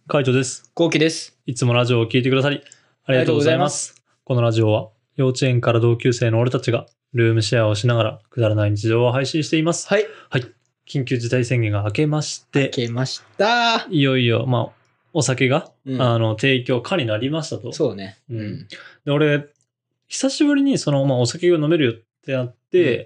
カイトです。 こうきです。 いつもラジオを聞いてくださりありがとうございます。このラジオは幼稚園から同級生の俺たちがルームシェアをしながらくだらない日常を配信しています。 はい。 はい。緊急事態宣言が明けまして、いよいよ、お酒が、提供可になりましたと。 そうね。 で、俺、久しぶりにお酒が飲めるよってなって、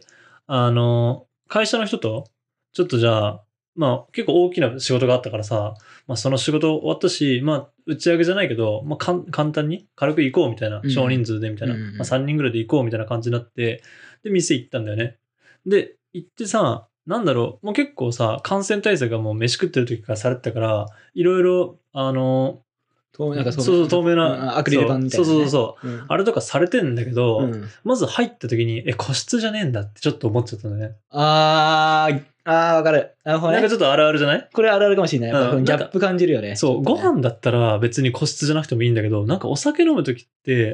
会社の人と、ちょっとじゃあ、結構大きな仕事があったからさ、その仕事終わったし、打ち上げじゃないけど、簡単に軽く行こうみたいな、少人数でみたいな、3人ぐらいで行こうみたいな感じになって、で、店行ったんだよね。で、行ってさ、もう結構さ、感染対策がもう飯食ってる時からされてたから、いろいろ、透明な、 アクリル板みたいな、ね。 あれとかされてんだけど、まず入った時に、個室じゃねえんだってちょっと思っちゃったんだね。 わかる。 なるほどね。なんかちょっとあるあるじゃない？ これあるあるかもしれない。やっぱギャップ感じるよね。 そう、ご飯だったら別に個室じゃなくてもいいんだけど、なんかお酒飲む時って、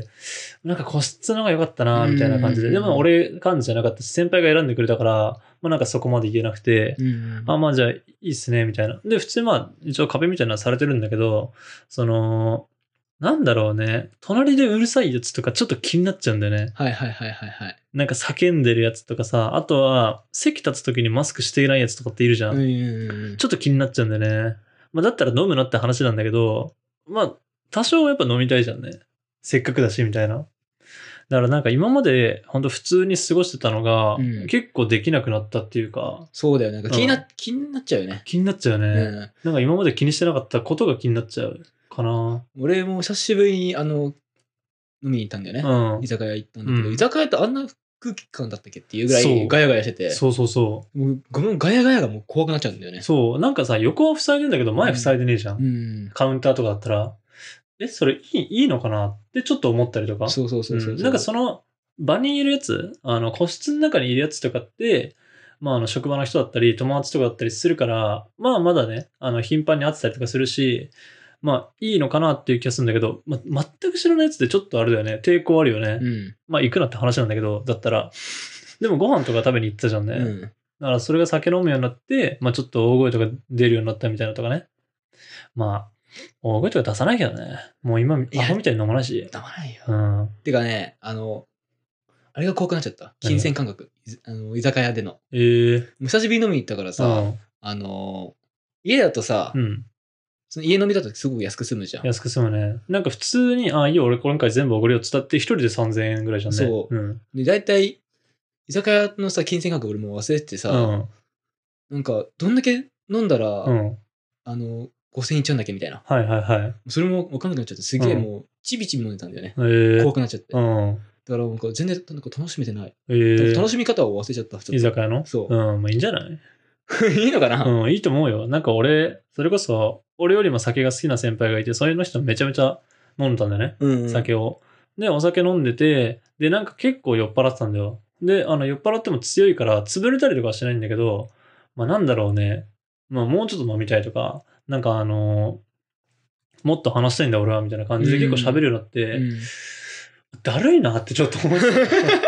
なんか個室の方が良かったな、みたいな感じで。でも俺感じじゃなかったし、先輩が選んでくれたから、なんかそこまで言えなくて、じゃあいいっすね、みたいな。で、普通一応壁みたいなのされてるんだけど、なんだろうね。隣でうるさいやつとかちょっと気になっちゃうんだよね。なんか叫んでるやつとかさ、あとは席立つ時にマスクしていないやつとかっているじゃん。ちょっと気になっちゃうんだよね。だったら飲むなって話なんだけど、多少はやっぱ飲みたいじゃんね。せっかくだし、みたいな。だからなんか今まで本当普通に過ごしてたのが、結構できなくなったっていうか。 そうだよね。気になっちゃうよね。 気になっちゃうよね。なんか今まで気にしてなかったことが気になっちゃうかな。 俺も久しぶりに飲みに行ったんだよね。居酒屋行ったんだけど、居酒屋ってあんな空気感だったっけっていうぐらいガヤガヤしてて。 そう。 もうガヤガヤがもう怖くなっちゃうんだよね。 そう。なんかさ、横は塞いでんだけど前塞いでねえじゃん。カウンターとかだったら。それいいのかなってちょっと思ったりとか。 そう。 なんかその場にいるやつ、個室の中にいるやつとかって、職場の人だったり、友達とかだったりするから、まだね、頻繁に会ってたりとかするし、いいのかなっていう気がするんだけど、全く知らないやつってちょっとあれだよね。抵抗あるよね。行くなって話なんだけど、だったら。でもご飯とか食べに行ったじゃんね。だからそれが酒飲むようになって、ちょっと大声とか出るようになったみたいなとかね。大声とか出さないけどね。もう今、アホみたいに飲まないし。 飲まないよ。てかね、あれが怖くなっちゃった。金銭感覚。居酒屋での。久しぶりに飲みに行ったからさ、家だとさ、その家飲みだとすごく安く済むじゃん。 安く済むね。なんか普通に、いいよ、俺今回全部おごるよって言ったって、一人で3000円ぐらいじゃんね。 そう。で、大体、居酒屋のさ、金銭感覚俺も忘れててさ、なんか、どんだけ飲んだら、5000円いっちゃうんだっけみたいな。それも分かんなくなっちゃって、すげえもう、ちびちび飲んでたんだよね。怖くなっちゃって。だからなんか全然なんか楽しめてない。楽しみ方を忘れちゃった。 居酒屋の？ そう。 いいんじゃないいいのかな？ いいと思うよ。なんか俺、それこそ、俺よりも酒が好きな先輩がいて、そういうの人めちゃめちゃ飲んだんだよね。酒を。で、お酒飲んでて、で、なんか結構酔っ払ってたんだよ。で、酔っ払っても強いから、潰れたりとかはしないんだけど、なんだろうね。もうちょっと飲みたいとか、なんかもっと話したいんだ俺は、みたいな感じで結構喋るようになって、だるいなってちょっと思って。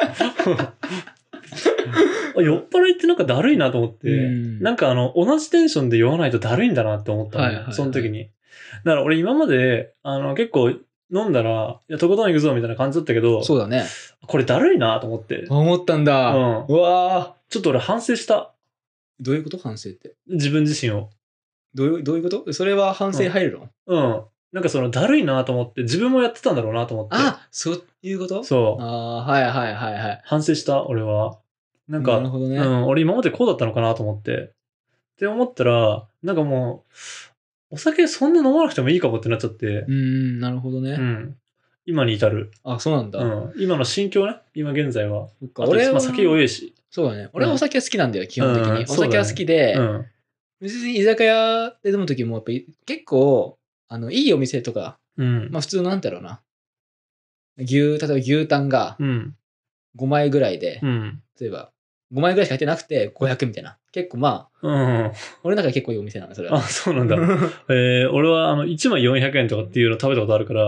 酔っ払いってなんかだるいなと思って、なんか同じテンションで酔わないとだるいんだなって思ったのね、その時に。だから俺今まで、結構飲んだら、いや、とことん行くぞみたいな感じだったけど、 そうだね。 これだるいなと思って。 思ったんだ。うわー。ちょっと俺反省した。 どういうこと反省って。 自分自身を。 どういうことそれは反省入るの？なんかだるいなと思って、自分もやってたんだろうなと思って。 そういうこと？ そう。 はい。 反省した、俺は。なんか、 なるほどね。 俺今までこうだったのかなと思って。って思ったら、なんかもう、お酒そんな飲まなくてもいいかもってなっちゃって。 なるほどね。 今に至る。 そうなんだ。 今の心境ね、今現在は。 俺は酒弱いし。 そうだね。俺はお酒は好きなんだよ、基本的に。お酒は好きで、別に居酒屋で飲むときも、やっぱり結構、いいお店とか、普通のなんだろうな。例えば牛タンが5枚ぐらいで、例えば5枚ぐらいしか入ってなくて500円みたいな。結構俺の中で結構いいお店なの、それは。 そうなんだ。俺は1枚400円とかっていうの食べたことあるから。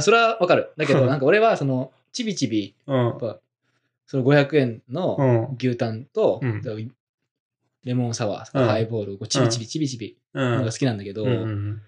それはわかる。だけど、なんか俺はちびちび、その500円の牛タンと、レモンサワーとかハイボールをちびちびのが好きなんだけど、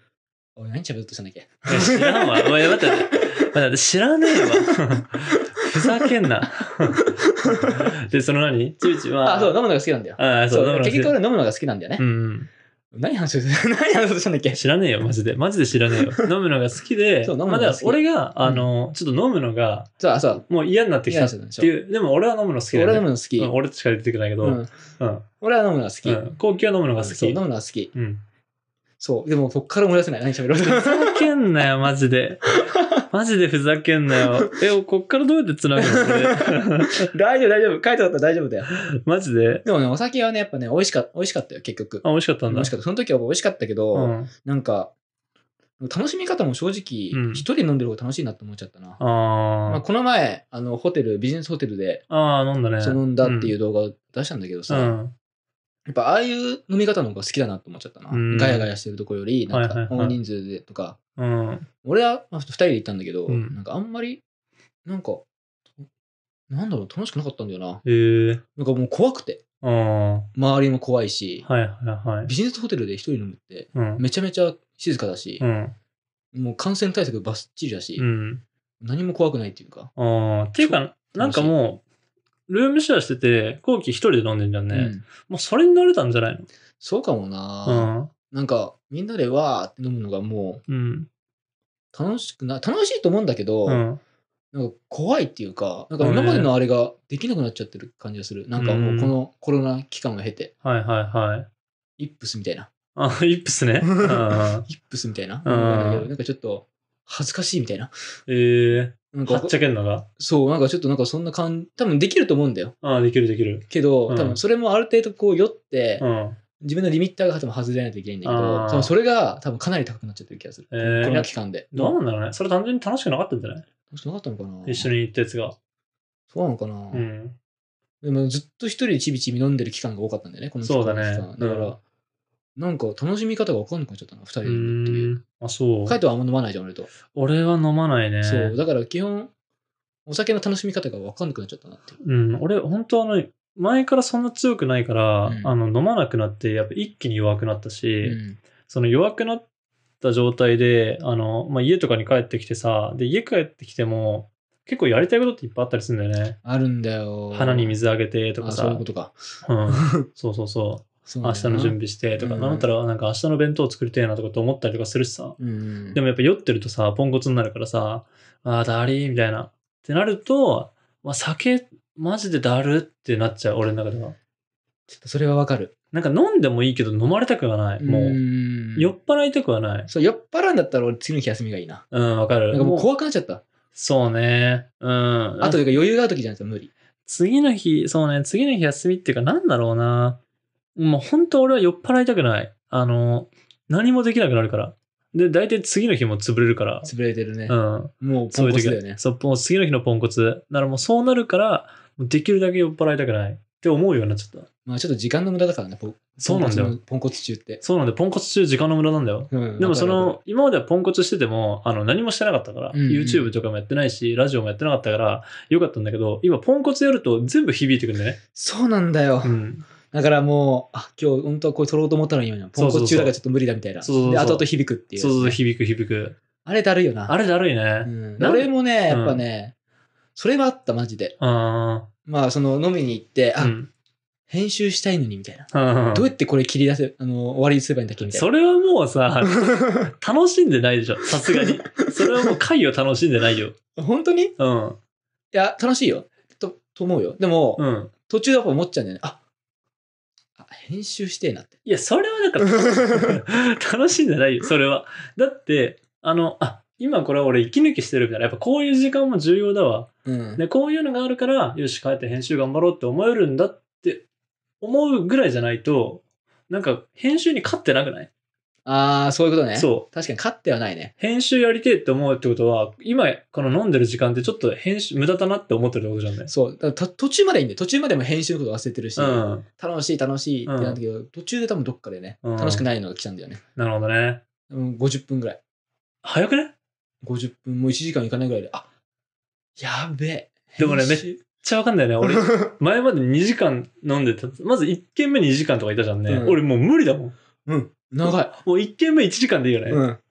おい、何喋ろうとしたんだっけ。 知らんわ。おい、待って、知らねえわ。ふざけんな。で、その何ちびちは。 そう、飲むのが好きなんだよ。そう、結局俺飲むのが好きなんだよね。何話そうとしたんだっけ。 知らねえよ、マジで。マジで知らねえよ。飲むのが好きで、そう、飲むのが好き。俺が、ちょっと飲むのが、もう嫌になってきたっていう。でも俺は飲むの好きだよね。 俺は飲むの好き。 俺しか出てくないけど。 俺は飲むのが好き。 後期は飲むのが好き。 そう、飲むのが好き。そう。でも、そっから思い出せない。何喋ろうと。 ふざけんなよ、マジで。マジでふざけんなよ。こっからどうやって繋ぐのこれ。 大丈夫。書いてあったら大丈夫だよ。 マジで。 でもね、お酒はね、やっぱね、美味しかったよ、結局。 美味しかったんだ。 美味しかった。その時は美味しかったけど、なんか、楽しみ方も正直、一人飲んでる方が楽しいなって思っちゃったな。この前、ビジネスホテルで、 飲んだね。 飲んだっていう動画を出したんだけどさ、やっぱああいう飲み方の方が好きだなって思っちゃったな。ガヤガヤしてるとこより、なんか大人数でとか。俺は2人で行ったんだけど、なんかあんまり、なんか、なんだろう、楽しくなかったんだよな。なんかもう怖くて。周りも怖いし、ビジネスホテルで一人飲むって、めちゃめちゃ静かだし、もう感染対策バッチリだし、何も怖くないっていうか。 っていうか、なんかもう、ルームシェアしてて、後期一人で飲んでんじゃんね。もうそれに慣れたんじゃないの？ そうかもな。なんか、みんなでわーって飲むのがもう、楽しいと思うんだけど、なんか怖いっていうか、なんか今までのあれができなくなっちゃってる感じがする。なんかもうこのコロナ期間を経て。イップスみたいな。 イップスね。イップスみたいな。なんかちょっと恥ずかしいみたいな。 はっちゃけんのが。 そう、なんかちょっとなんかそんな感じ、多分できると思うんだよ。 できる。 けど、多分それもある程度こう酔って、自分のリミッターが多分外れないといけないんだけど、多分それが多分かなり高くなっちゃってる気がする。この期間で。 どうなんだろうね。それ単純に楽しくなかったんじゃない？ 楽しくなかったのかな。 一緒に行ったやつが。 そうなのかな。でもずっと一人でちびちび飲んでる期間が多かったんだよね、この期間。そうだね。だから、なんか楽しみ方が分かんなくなっちゃったな、二人で飲むっていう。そう。カイトはあんま飲まないじゃん、俺と。 俺は飲まないね。 そう。だから基本、お酒の楽しみ方が分かんなくなっちゃったなっていう。 俺、本当前からそんな強くないから、飲まなくなって、やっぱ一気に弱くなったし、その弱くなった状態で、家とかに帰ってきてさ、で、家帰ってきても、結構やりたいことっていっぱいあったりするんだよね。 あるんだよ。 花に水あげてとかさ。 そういうことか。 そう。明日の準備してとか、なんだったらなんか明日の弁当作りたいなとかって思ったりとかするしさ。でもやっぱ酔ってるとさ、ポンコツになるからさ、だりーみたいな。ってなると、酒、マジでだるってなっちゃう、俺の中では。 ちょっとそれはわかる。 なんか飲んでもいいけど飲まれたくはない。もう、酔っ払いたくはない。 そう、酔っ払うんだったら俺次の日休みがいいな。 わかる。 なんかもう怖くなっちゃった。 そうね。あと余裕がある時じゃないですか、無理。 次の日休みっていうかなんだろうな。もう本当俺は酔っ払いたくない。何もできなくなるから。で、大体次の日も潰れるから。 潰れてるね。もうポンコツだよね。 そう、もう次の日のポンコツ。だからもうそうなるから、できるだけ酔っ払いたくないって思うようになっちゃった。 ちょっと時間の無駄だからね、 そうなんだよ。 ポンコツ中って。 そうなんだよ。ポンコツ中時間の無駄なんだよ。でも今まではポンコツしてても、何もしてなかったから、YouTube とかもやってないし、ラジオもやってなかったから、よかったんだけど、今ポンコツやると全部響いてくるんだよね。 そうなんだよ。だからもう、今日本当はこれ撮ろうと思ったのに、ポンコツ中だからちょっと無理だみたいな。で、後々響くっていう。 そう、響く。 あれだるいよな。 あれだるいね。 俺もね、やっぱね、それはあった、マジで。その飲みに行って、編集したいのにみたいな。どうやってこれ切り出せ、終わりにすればいいんだっけみたいな。 それはもうさ、楽しんでないでしょ。さすがに。それはもう回を楽しんでないよ。 本当に？いや、楽しいよ。と思うよ。でも、途中やっぱ思っちゃうんだよね。編集してえなって。 いや、それはなんか、楽しんでないよ、それは。だって、今これは俺息抜きしてるみたいな。やっぱこういう時間も重要だわ。で、こういうのがあるから、よし、帰って編集頑張ろうって思えるんだって思うぐらいじゃないと、なんか編集に勝ってなくない？ そういうことね。 そう。 確かに勝ってはないね。 編集やりてえって思うってことは、今この飲んでる時間ってちょっと編集無駄だなって思ってるってことじゃんね。 そう。だから途中までいいんだよ。途中までも編集のこと忘れてるし、楽しいってなんだけど、途中で多分どっかでね、楽しくないのが来たんだよね。 なるほどね。 50分ぐらい。 早くね？ 50 分、もう1時間いかないぐらいで、やべえ。 でもね、めっちゃわかんないね。俺、前まで2時間飲んでた。まず1軒目2時間とかいたじゃんね。俺もう無理だもん。 長い。 もう1軒目1時間でいいよね。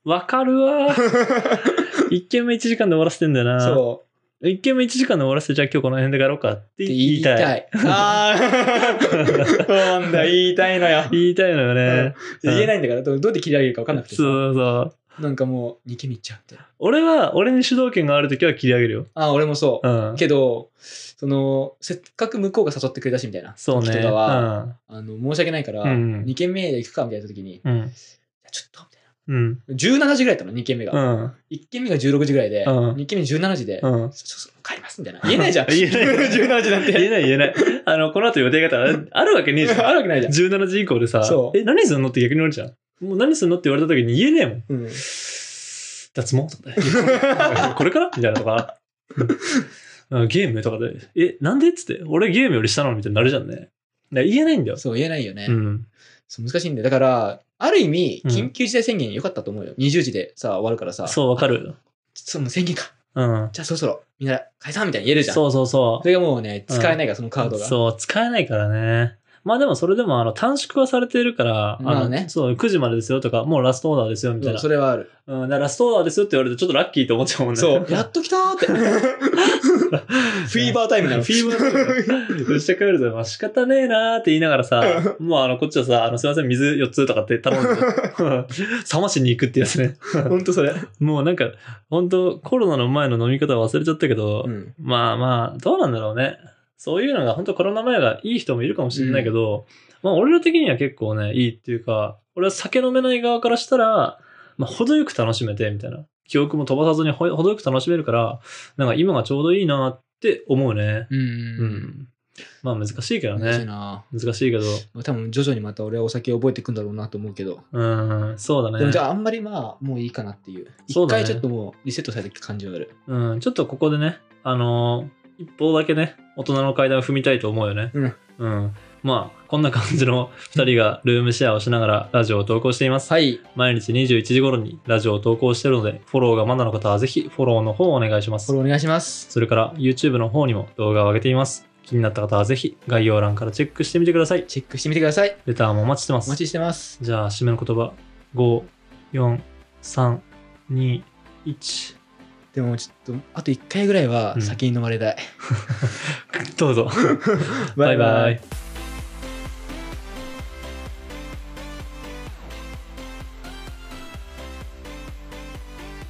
わかるわ。1軒目1時間で終わらせてんだよな。 そう。 1軒目1時間で終わらせて、じゃあ今日この辺で帰ろうかって言いたい。 ああ、そうなんだ、言いたいのよ。 言いたいのよね。 言えないんだから、どうやって切り上げるか分かんなくてさ。 そうそう。 なんかもう、2軒目行っちゃうみたいな。 俺に主導権があるときは切り上げるよ。 ああ、俺もそう。 うん。 けど、せっかく向こうが誘ってくれたしみたいな。 そうね。 時とかは、申し訳ないから、2軒目で行くかみたいな時に、ちょっと、みたいな。17時ぐらいだったの、2軒目が。1軒目が16時ぐらいで、2軒目17時で、帰りますみたいな。言えないじゃん。言えない。17時なんて。 言えない。この後予定があるわけねえじゃん。 あるわけないじゃん。 17時以降でさ、何すんのって逆に言われるじゃん。もう何すんのって言われた時に言えねえもん。脱毛とかで。これからみたいなとか。ゲームとかで、なんでっつって、俺ゲームより下なのみたいになるじゃんね。言えないんだよ。 そう、言えないよね。そう、難しいんだよ。だから、ある意味、緊急事態宣言良かったと思うよ。20時でさ、終わるからさ。そう、 わかる。 もう宣言か。じゃあそろそろ、みんな解散みたいに言えるじゃん。 そう。 それがもうね、使えないから、そのカードが。 そう、使えないからね。まあでもそれでも短縮はされてるから、そう、9時までですよとか、もうラストオーダーですよみたいな。 それはある。 だからラストオーダーですよって言われるとちょっとラッキーと思っちゃうもんね。 そう。やっと来たーって。フィーバータイムなの。 フィーバータイム。うち帰ると、まあ仕方ねえなーって言いながらさ、もうこっちはさ、すいません、水4つとかって頼んで、冷ましに行くってやつね。 ほんとそれ。 もうなんか、ほんとコロナの前の飲み方忘れちゃったけど、まあ、どうなんだろうね。そういうのが本当コロナ前がいい人もいるかもしれないけど、まあ俺ら的には結構ね、いいっていうか、俺は酒飲めない側からしたら、まあ程よく楽しめて、みたいな。記憶も飛ばさずに程よく楽しめるから、なんか今がちょうどいいなって思うね。まあ難しいけどね。難しいけど。 多分徐々にまた俺はお酒を覚えていくんだろうなと思うけど。 そうだね。 でもじゃああんまりまあもういいかなっていう。一回ちょっともうリセットされていく感じがある。 ちょっとここでね、一歩だけね、大人の階段を踏みたいと思うよね。まあ、こんな感じの2人がルームシェアをしながらラジオを投稿しています。毎日21時頃にラジオを投稿しているので、フォローがまだの方はぜひフォローの方をお願いします。 フォローお願いします。 それから YouTube の方にも動画を上げています。気になった方はぜひ概要欄からチェックしてみてください。 チェックしてみてください。 レターもお待ちしてます。 お待ちしてます。 じゃあ、締めの言葉。5、4、3、2、1。 でもちょっと、あと1回ぐらいは先に飲まれたい。 どうぞ。バイバイ。